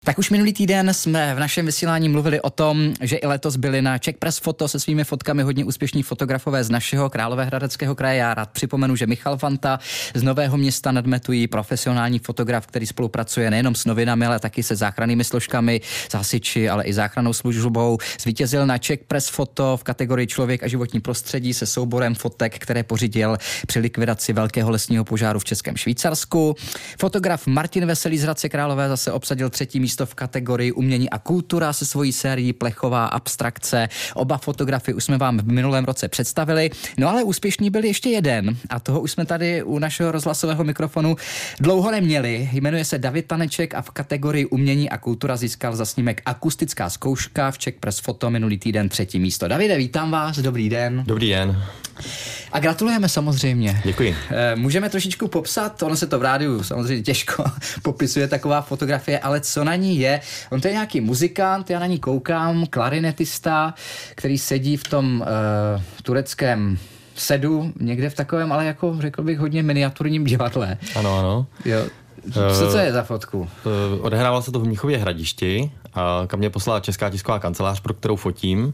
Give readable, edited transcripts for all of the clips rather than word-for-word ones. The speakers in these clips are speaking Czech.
Tak už minulý týden jsme v našem vysílání mluvili o tom, že i letos byli na Czech Press Photo se svými fotkami hodně úspěšní fotografové z našeho Královéhradeckého kraje. Já rád připomenu, že Michal Fanta z Nového Města nad Metují, profesionální fotograf, který spolupracuje nejenom s novinami, ale taky se záchrannými složkami, s hasiči, ale i záchrannou službou. Zvítězil na Czech Press Photo v kategorii Člověk a životní prostředí se souborem fotek, které pořídil při likvidaci velkého lesního požáru v Českém Švýcarsku. Fotograf Martin Veselý z Hradce Králové zase obsadil 3. místo v kategorii Umění a kultura se svojí sérií Plechová abstrakce. Oba fotografy už jsme vám v minulém roce představili. No ale úspěšný byl ještě jeden a toho už jsme tady u našeho rozhlasového mikrofonu dlouho neměli. Jmenuje se David Taneček a v kategorii Umění a kultura získal za snímek Akustická zkouška v Czech Press Photo minulý týden 3. místo. Davide, vítám vás, dobrý den. Dobrý den. A gratulujeme samozřejmě. Děkuji. Můžeme trošičku popsat, ono se to v rádiu samozřejmě těžko popisuje taková fotografie, ale co na ní je? On to je nějaký muzikant, já na ní koukám, klarinetista, který sedí v tom tureckém sedu, někde v takovém, ale jako řekl bych hodně miniaturním divadle. Ano, ano. Jo. Co to je za fotku? Odehrával se to v Mnichově Hradišti, kam mě poslala Česká tisková kancelář, pro kterou fotím.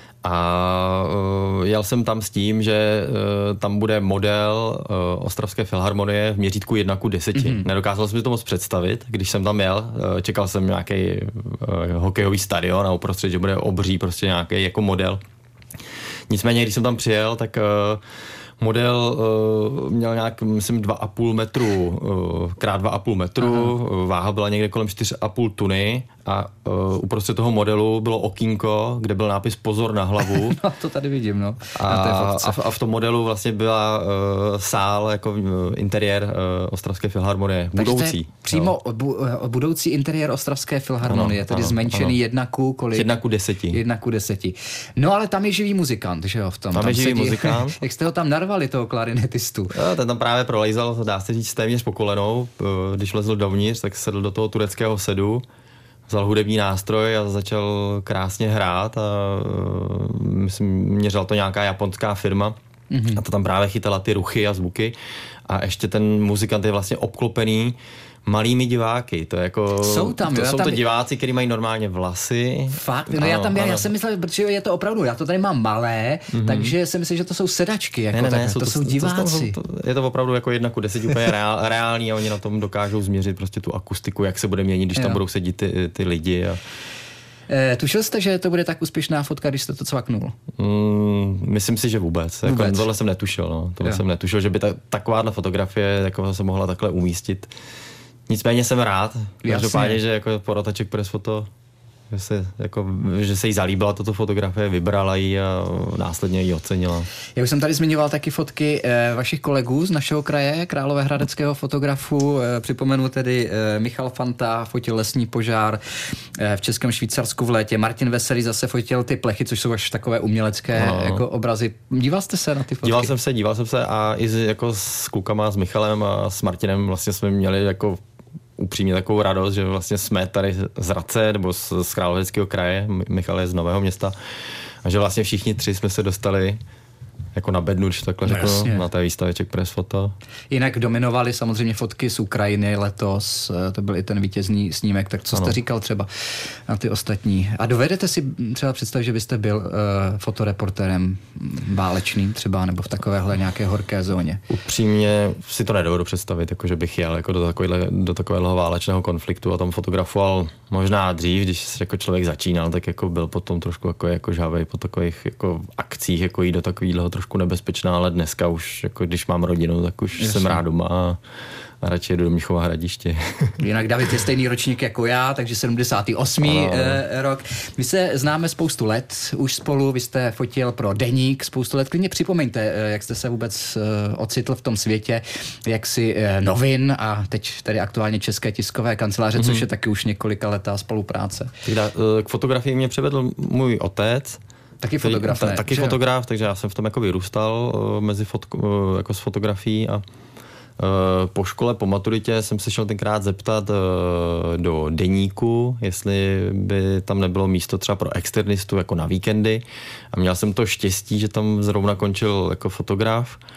A jel jsem tam s tím, že tam bude model Ostravské filharmonie v měřítku 1:10. Mm-hmm. Nedokázal jsem si to moc představit, když jsem tam jel. Čekal jsem nějaký hokejový stadion a uprostřed, že bude obří prostě nějaký jako model. Nicméně, když jsem tam přijel, tak model měl nějak, myslím, 2,5 metru krát 2,5 metru, váha byla někde kolem 4,5 tuny a uprostřed toho modelu bylo okýnko, kde byl nápis Pozor na hlavu. No, to tady vidím, no. A v tom modelu vlastně byla sál, jako interiér Ostravské filharmonie, budoucí. Přímo budoucí interiér Ostravské filharmonie, ano, tedy zmenšený 1:10. 1:10. No, ale tam je živý muzikant, že jo, v tom. Tam je živý muzikant. Jak jste ho tam narvali, toho klarinetistu? Jo, ten tam právě prolejzal, dá se říct, téměř po kolenou. Když lezl dovnitř, tak sedl do toho tureckého sedu, vzal hudební nástroj a začal krásně hrát a myslím, měřila to nějaká japonská firma a to tam právě chytala ty ruchy a zvuky a ještě ten muzikant je vlastně obklopený malými diváky, to je jako... Jsou tam, jsou to diváci, kteří mají normálně vlasy. Fakt? No ano, já jsem myslel, protože je to opravdu, já to tady mám malé, takže si myslím, že to jsou sedačky, jako ne, to jsou diváci. Je to opravdu jako 1:10 úplně reálný a oni na tom dokážou změřit prostě tu akustiku, jak se bude měnit, když tam budou sedět ty lidi. Tušil jste, že to bude tak úspěšná fotka, když jste to cvaknul? Myslím si, že vůbec. Jako, tohle jsem netušil. No. Jsem netušil, že by takováhle fotografie jako se mohla takhle umístit. Nicméně jsem rád, každopádně, že jako porota Czech Press Photo, že se jí zalíbila tato fotografie, vybrala ji a následně ji ocenila. Já už jsem tady zmiňoval taky fotky vašich kolegů z našeho kraje, Královéhradeckého fotografu. Připomenu tedy Michal Fanta fotil lesní požár v Českém Švýcarsku v létě. Martin Veselý zase fotil ty plechy, což jsou až takové umělecké jako obrazy. Díval jste se na ty fotky? Díval jsem se a i jako s klukama, s Michalem a s Martinem vlastně jsme měli jako upřímně takovou radost, že vlastně jsme tady z Hradce nebo z Královéhradeckého kraje, Michal je z Nového Města, a že vlastně všichni tři jsme se dostali jako na bednu, když takhle řeknu, na té výstavě Czech Press Photo. Jinak dominovaly samozřejmě fotky z Ukrajiny letos, to byl i ten vítězný snímek, tak co jste říkal třeba na ty ostatní? A dovedete si třeba představit, že byste byl fotoreportérem válečným třeba, nebo v takovéhle nějaké horké zóně? Upřímně si to nedovedu představit, jako že bych jel jako do takového válečného konfliktu a tam fotografoval možná dřív, když jako člověk začínal, tak jako byl potom trošku jako žhavej po takových jako akcích, jako jít do takového trošku nebezpečná, ale dneska už, jako když mám rodinu, tak už jsem rád doma a radši jedu do Mnichova Hradiště. Jinak David je stejný ročník jako já, takže 78. rok. My se známe spoustu let už spolu, vy jste fotil pro Deník spoustu let. Klidně připomeňte, jak jste se vůbec ocitl v tom světě, jak si novin a teď tady aktuálně České tiskové kanceláře, což je taky už několika letá spolupráce. K fotografii mě přivedl můj otec, taky fotograf, taky fotograf, takže já jsem v tom jako vyrůstal jako s fotografií a po škole, po maturitě jsem se šel tenkrát zeptat do Deníku, jestli by tam nebylo místo třeba pro externistu jako na víkendy a měl jsem to štěstí, že tam zrovna končil jako fotograf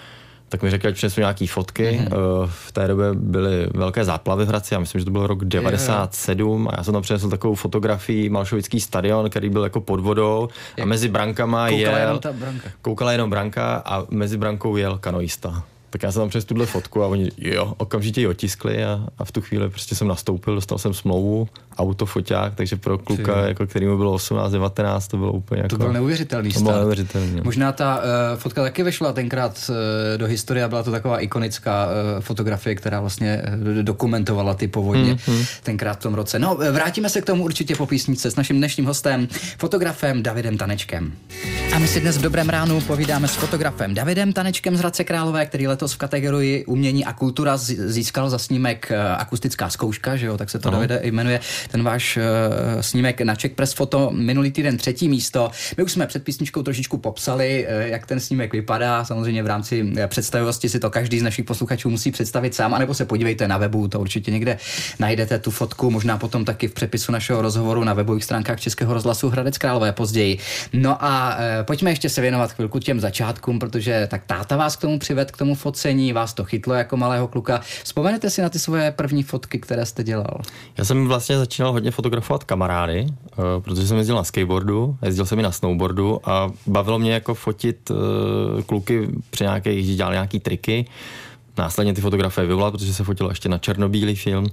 tak mi řekl, ať přinesu nějaký fotky. V té době byly velké záplavy v Hradci, já myslím, že to byl rok 97 a já jsem tam přinesl takovou fotografii Malšovický stadion, který byl jako pod vodou a mezi brankama koukala jenom branka a mezi brankou jel kanoista. Tak já jsem tam přes tuhle fotku a oni okamžitě ji otiskli a v tu chvíli prostě jsem nastoupil, dostal jsem smlouvu, auto, foťák, takže pro kluka, jako kterýmu bylo 18, 19, to bylo úplně jako... To byl neuvěřitelný start. Možná ta fotka taky vešla tenkrát do historie a byla to taková ikonická fotografie, která vlastně dokumentovala ty povodně tenkrát v tom roce. No, vrátíme se k tomu určitě po písničce s naším dnešním hostem, fotografem Davidem Tanečkem. A my si dnes v Dobrém ránu povídáme s fotografem Davidem Tanečkem z Hradce Králové, který letos v kategorii umění a kultura získal za snímek Akustická zkouška, že jo, tak se to Davide jmenuje, ten váš snímek na Czech Press Photo, minulý týden 3. místo. My už jsme před písničkou trošičku popsali, jak ten snímek vypadá, samozřejmě v rámci představivosti si to každý z našich posluchačů musí představit sám, anebo se podívejte na webu, to určitě někde najdete tu fotku, možná potom taky v přepisu našeho rozhovoru na webových stránkách Českého rozhlasu Hradec Králové později. No a pojďme ještě se věnovat chvilku těm začátkům, protože tak táta vás k tomu přivedl, k tomu focení, vás to chytlo jako malého kluka. Vzpomenete si na ty svoje první fotky, které jste dělal? Já jsem vlastně začínal hodně fotografovat kamarády, protože jsem jezdil na skateboardu, jezdil jsem i na snowboardu a bavilo mě jako fotit kluky při nějakých, když dělali nějaký triky. Následně ty fotografie vyvolat, protože se fotilo ještě na černobílý film.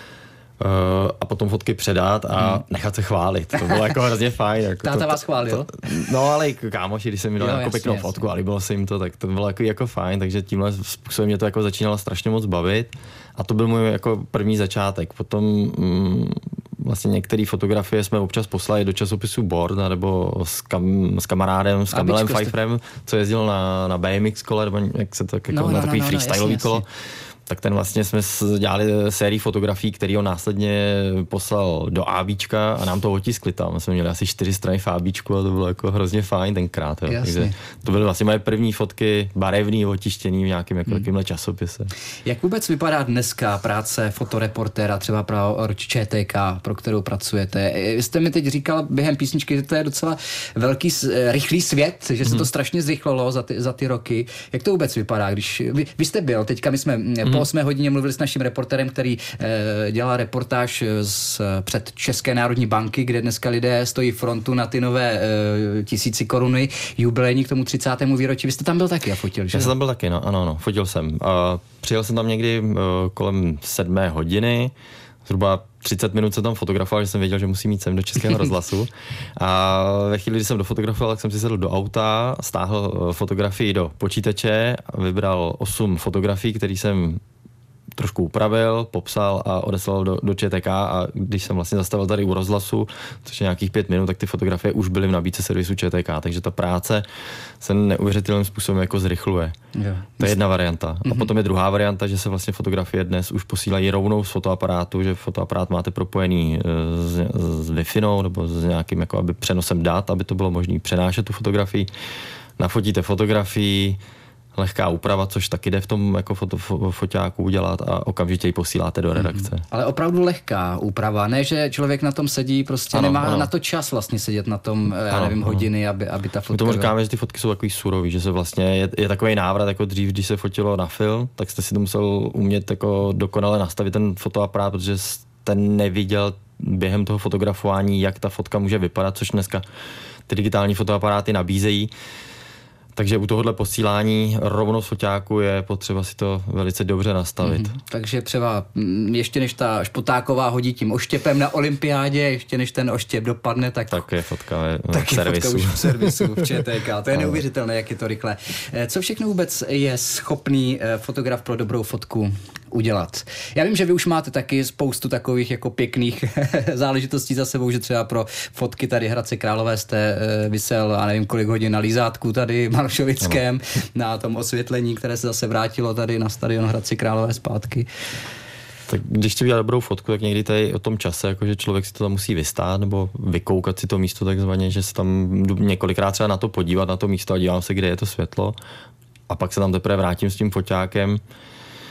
A potom fotky předat a nechat se chválit. To bylo jako hrozně fajn. Jako táta vás chválil? No ale i kámoši, když jsem mi dal jako pěknou fotku a líbilo se jim to, tak to bylo jako fajn, takže tímhle způsobem mě to jako začínalo strašně moc bavit a to byl můj jako první začátek. Potom vlastně některé fotografie jsme občas poslali do časopisu Board nebo s kamarádem, s Kamilem Pfeifferem, co jezdil na BMX kole, nebo jak se to jako na takový freestylový kolo. Tak ten vlastně jsme dělali sérii fotografií, který on následně poslal do ABčka a nám to otiskli tam. Jsme měli asi 4 strany v ABčku a to bylo jako hrozně fajn tenkrát. Jo. Takže to byly vlastně moje první fotky barevný, otištěný v nějakém jako takovýmhle časopise. Jak vůbec vypadá dneska práce fotoreportéra třeba pro ČTK, pro kterou pracujete? Jste mi teď říkal během písničky, že to je docela velký, rychlý svět, že se to strašně zrychlilo za ty roky. Jak to vůbec vypadá, když vy jste byl, teďka my jsme po 8 hodině mluvili s naším reporterem, který dělá reportáž před České národní banky, kde dneska lidé stojí frontu na ty nové 1000 koruny jubilejní k tomu 30. výročí. Vy jste tam byl taky a fotil, že? Já jsem tam byl taky, ano, fotil jsem. Přijel jsem tam někdy kolem 7 hodiny, zhruba 30 minut se tam fotografoval, že jsem věděl, že musím jít sem do Českého rozhlasu. A ve chvíli, kdy jsem dofotografoval, tak jsem si sedl do auta, stáhl fotografii do počítače, vybral 8 fotografií, které jsem trošku upravil, popsal a odeslal do ČTK a když jsem vlastně zastavil tady u rozhlasu, což je nějakých 5 minut, tak ty fotografie už byly v nabídce servisu ČTK, takže ta práce se neuvěřitelným způsobem jako zrychluje. To je jedna varianta. A potom je druhá varianta, že se vlastně fotografie dnes už posílají rovnou z fotoaparátu, že fotoaparát máte propojený s Wi-Fi nebo s nějakým jako aby přenosem dat, aby to bylo možné přenášet tu fotografii. Nafotíte fotografii, lehká úprava, což taky jde v tom jako foťáku udělat a okamžitě ji posíláte do redakce. Ale opravdu lehká úprava, ne, že člověk na tom sedí, prostě nemá na to čas vlastně sedět na tom, hodiny, aby ta fotka... My tomu říkáme, že ty fotky jsou takový surový, že se vlastně je takový návrat, jako dřív, když se fotilo na film, tak jste si to musel umět jako dokonale nastavit ten fotoaparát, protože jste neviděl během toho fotografování, jak ta fotka může vypadat, což dneska ty digitální fotoaparáty nabízejí. Takže u tohohle posílání rovnou z foťáku je potřeba si to velice dobře nastavit. Takže třeba ještě než ta špotáková hodí tím oštěpem na olympiádě, ještě než ten oštěp dopadne, tak je fotka v servisu. Fotka už v servisu, v ČTK. To je neuvěřitelné, jak je to rychle. Co všechno vůbec je schopný fotograf pro dobrou fotku udělat? Já vím, že vy už máte taky spoustu takových jako pěkných záležitostí za sebou, že třeba pro fotky tady Hradce Králové jste visel, a nevím kolik hodin na lízátku tady Malšovickém, na tom osvětlení, které se zase vrátilo tady na stadion Hradce Králové zpátky. Tak když chci udělat dobrou fotku, tak někdy tady o tom čase, jakože člověk si to tam musí vystát nebo vykoukat si to místo takzvaně, že se tam několikrát třeba na to podívat, na to místo a dívám se, kde je to světlo a pak se tam teprve vrátím s tím foťákem.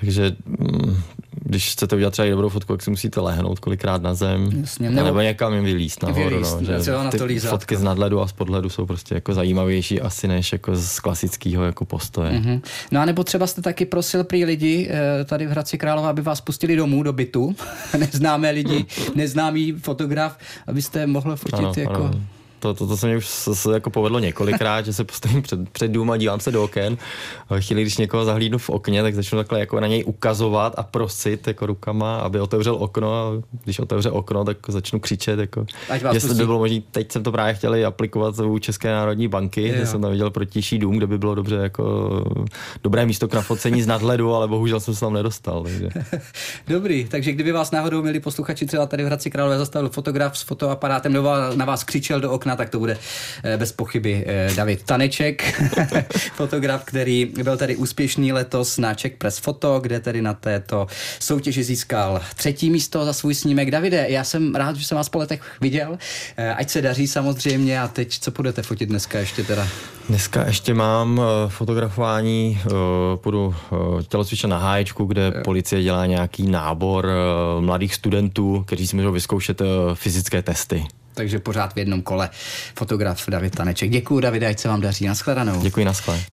Takže když chcete udělat třeba dobrou fotku, tak si musíte lehnout kolikrát na zem. Jasně, nebo někam jim vylíst nahoru. Ty fotky z nadhledu a z podhledu jsou prostě jako zajímavější asi než jako z klasického jako postoje. Mm-hmm. No a nebo třeba jste taky prosil prý lidi tady v Hradci Králové, aby vás pustili domů do bytu. Neznámé lidi, neznámý fotograf, abyste mohli fotit ano. To se mi už jako povedlo několikrát, že se postavím před dům a dívám se do oken. A chvíli, když někoho zahlídnu v okně, tak začnu takhle jako na něj ukazovat a prosit jako rukama, aby otevřel okno. A když otevře okno, tak začnu křičet. Jako, jestli by bylo možné, teď jsem to právě chtěl aplikovat u České národní banky, že jsem tam viděl protější dům, kde by bylo dobře jako dobré místo k nafocení z nadhledu, ale bohužel jsem se tam nedostal. Takže. Dobrý, takže kdyby vás náhodou, milí posluchači, třeba tady v Hradci Králové zastavil fotograf s fotoaparátem, na vás křičel do okna, tak to bude bez pochyby David Taneček, fotograf, který byl tady úspěšný letos na Czech Press Photo, kde tedy na této soutěži získal 3. místo za svůj snímek. Davide, já jsem rád, že jsem vás po letech viděl, ať se daří samozřejmě. A teď co budete fotit dneska ještě teda? Dneska ještě mám fotografování, půjdu tělocvičit na Háječku, kde policie dělá nějaký nábor mladých studentů, kteří si můžou vyzkoušet fyzické testy. Takže pořád v jednom kole fotograf David Taneček. Děkuju, Davide, ať se vám daří. Naschledanou. Děkuji, naschle.